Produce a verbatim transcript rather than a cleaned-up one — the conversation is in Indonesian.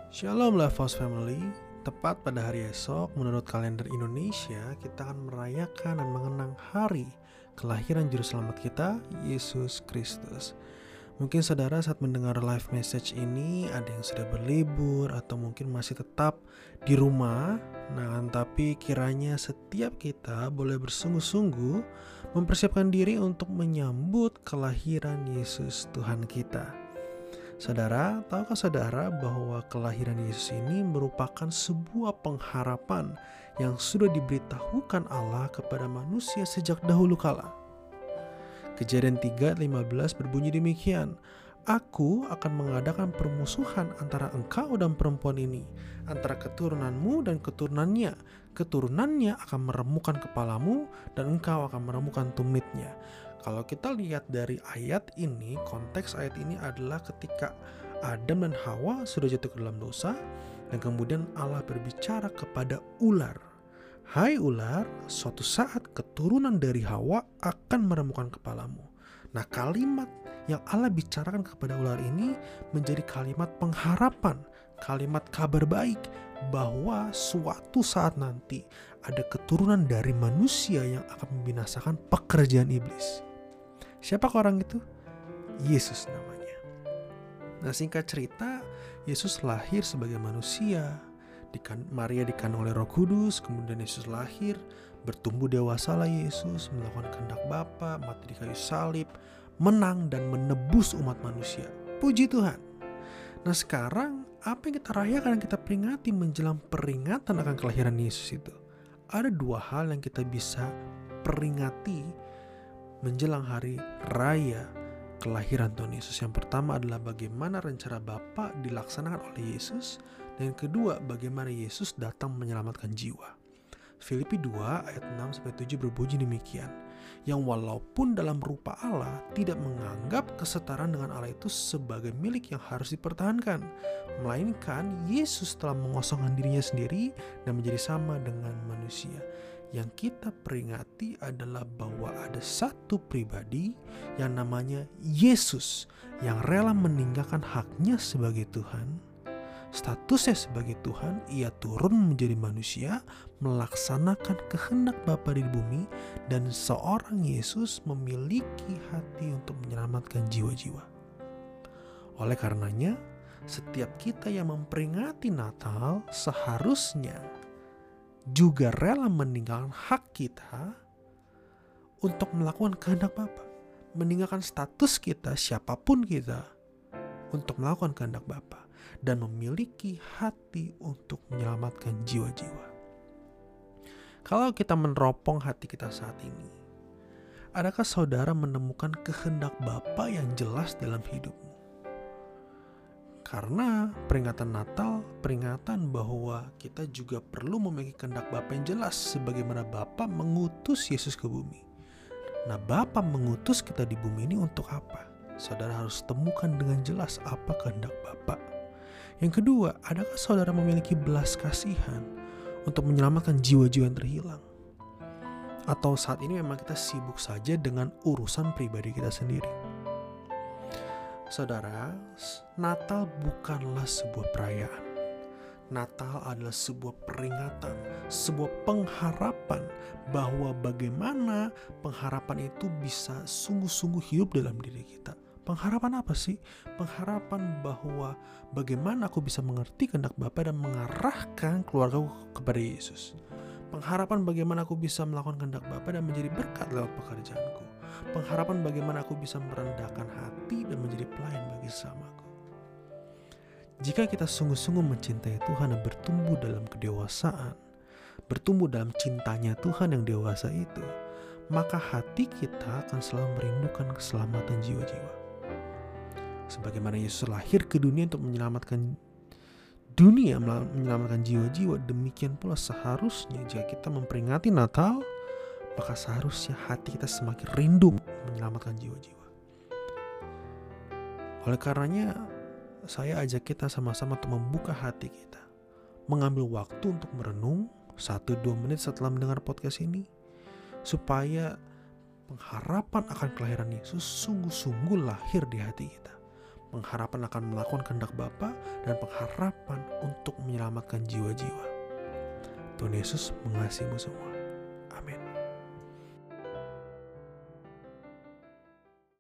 Shalom Lifehouse Family. Tepat pada hari esok, menurut kalender Indonesia, kita akan merayakan dan mengenang hari kelahiran Juru Selamat kita, Yesus Kristus. Mungkin saudara saat mendengar live message ini ada yang sudah berlibur atau mungkin masih tetap di rumah. Nah, tapi kiranya setiap kita boleh bersungguh-sungguh mempersiapkan diri untuk menyambut kelahiran Yesus Tuhan kita. Saudara, tahukah saudara bahwa kelahiran Yesus ini merupakan sebuah pengharapan yang sudah diberitahukan Allah kepada manusia sejak dahulu kala? Kejadian tiga ayat lima belas berbunyi demikian, Aku akan mengadakan permusuhan antara engkau dan perempuan ini, antara keturunanmu dan keturunannya. Keturunannya akan meremukkan kepalamu dan engkau akan meremukkan tumitnya. Kalau kita lihat dari ayat ini, konteks ayat ini adalah ketika Adam dan Hawa sudah jatuh ke dalam dosa, dan kemudian Allah berbicara kepada ular. Hai ular, suatu saat keturunan dari Hawa akan meremukkan kepalamu. Nah, kalimat yang Allah bicarakan kepada ular ini menjadi kalimat pengharapan, kalimat kabar baik bahwa suatu saat nanti ada keturunan dari manusia yang akan membinasakan pekerjaan iblis. Siapa orang itu? Yesus namanya. Nah, singkat cerita, Yesus lahir sebagai manusia. Dikan- Maria dikandung oleh Roh Kudus, kemudian Yesus lahir, bertumbuh dewasalah Yesus, melakukan kehendak Bapa, mati di kayu salib, menang dan menebus umat manusia. Puji Tuhan. Nah, sekarang apa yang kita rayakan dan kita peringati menjelang peringatan akan kelahiran Yesus itu? Ada dua hal yang kita bisa peringati menjelang hari raya kelahiran Tuhan Yesus. Yang pertama adalah bagaimana rencana Bapa dilaksanakan oleh Yesus, dan yang kedua bagaimana Yesus datang menyelamatkan jiwa. Filipi dua ayat enam sampai tujuh berbunyi demikian, yang walaupun dalam rupa Allah tidak menganggap kesetaraan dengan Allah itu sebagai milik yang harus dipertahankan, melainkan Yesus telah mengosongkan dirinya sendiri dan menjadi sama dengan manusia. Yang kita peringati adalah bahwa ada satu pribadi yang namanya Yesus yang rela meninggalkan haknya sebagai Tuhan, statusnya sebagai Tuhan. Ia turun menjadi manusia, melaksanakan kehendak Bapa di bumi, dan seorang Yesus memiliki hati untuk menyelamatkan jiwa-jiwa. Oleh karenanya, setiap kita yang memperingati Natal seharusnya juga rela meninggalkan hak kita untuk melakukan kehendak Bapa, meninggalkan status kita siapapun kita untuk melakukan kehendak Bapa dan memiliki hati untuk menyelamatkan jiwa-jiwa. Kalau kita meneropong hati kita saat ini, adakah saudara menemukan kehendak Bapa yang jelas dalam hidupmu? Karena peringatan Natal, peringatan bahwa kita juga perlu memiliki kehendak Bapa yang jelas sebagaimana Bapa mengutus Yesus ke bumi. Nah, Bapa mengutus kita di bumi ini untuk apa? Saudara harus temukan dengan jelas apa kehendak Bapa. Yang kedua, adakah saudara memiliki belas kasihan untuk menyelamatkan jiwa-jiwa yang terhilang? Atau saat ini memang kita sibuk saja dengan urusan pribadi kita sendiri? Saudara, Natal bukanlah sebuah perayaan. Natal adalah sebuah peringatan, sebuah pengharapan bahwa bagaimana pengharapan itu bisa sungguh-sungguh hidup dalam diri kita. Pengharapan apa sih? Pengharapan bahwa bagaimana aku bisa mengerti kehendak Bapa dan mengarahkan keluargaku kepada Yesus. Pengharapan bagaimana aku bisa melakukan kehendak Bapa dan menjadi berkat lewat pekerjaanku. Pengharapan bagaimana aku bisa merendahkan hati dan menjadi pelayan bagi sesamaku. Jika kita sungguh-sungguh mencintai Tuhan dan bertumbuh dalam kedewasaan, bertumbuh dalam cintanya Tuhan yang dewasa itu, maka hati kita akan selalu merindukan keselamatan jiwa-jiwa. Sebagaimana Yesus lahir ke dunia untuk menyelamatkan dunia, menyelamatkan jiwa-jiwa, demikian pula seharusnya jika kita memperingati Natal, maka seharusnya hati kita semakin rindu menyelamatkan jiwa-jiwa. Oleh karenanya, saya ajak kita sama-sama untuk membuka hati kita, mengambil waktu untuk merenung satu dua menit setelah mendengar podcast ini, supaya pengharapan akan kelahiran Yesus sungguh-sungguh lahir di hati kita. pengharapan akan melakukan kehendak Bapa, dan pengharapan untuk menyelamatkan jiwa-jiwa. Tuhan Yesus mengasihimu semua.